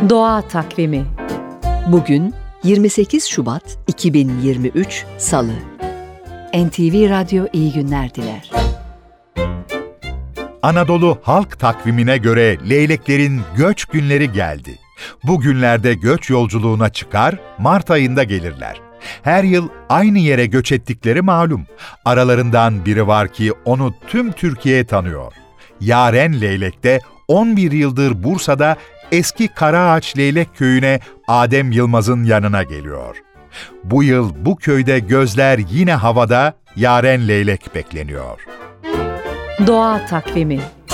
Doğa Takvimi. Bugün 28 Şubat 2023 Salı. NTV Radyo iyi günler diler. Anadolu halk takvimine göre leyleklerin göç günleri geldi. Bu günlerde göç yolculuğuna çıkar, Mart ayında gelirler. Her yıl aynı yere göç ettikleri malum. Aralarından biri var ki onu tüm Türkiye tanıyor. Yaren Leylek de 11 yıldır Bursa'da eski Karaağaç Leylek Köyü'ne Adem Yılmaz'ın yanına geliyor. Bu yıl bu köyde gözler yine havada, Yaren Leylek bekleniyor. Doğa Takvimi.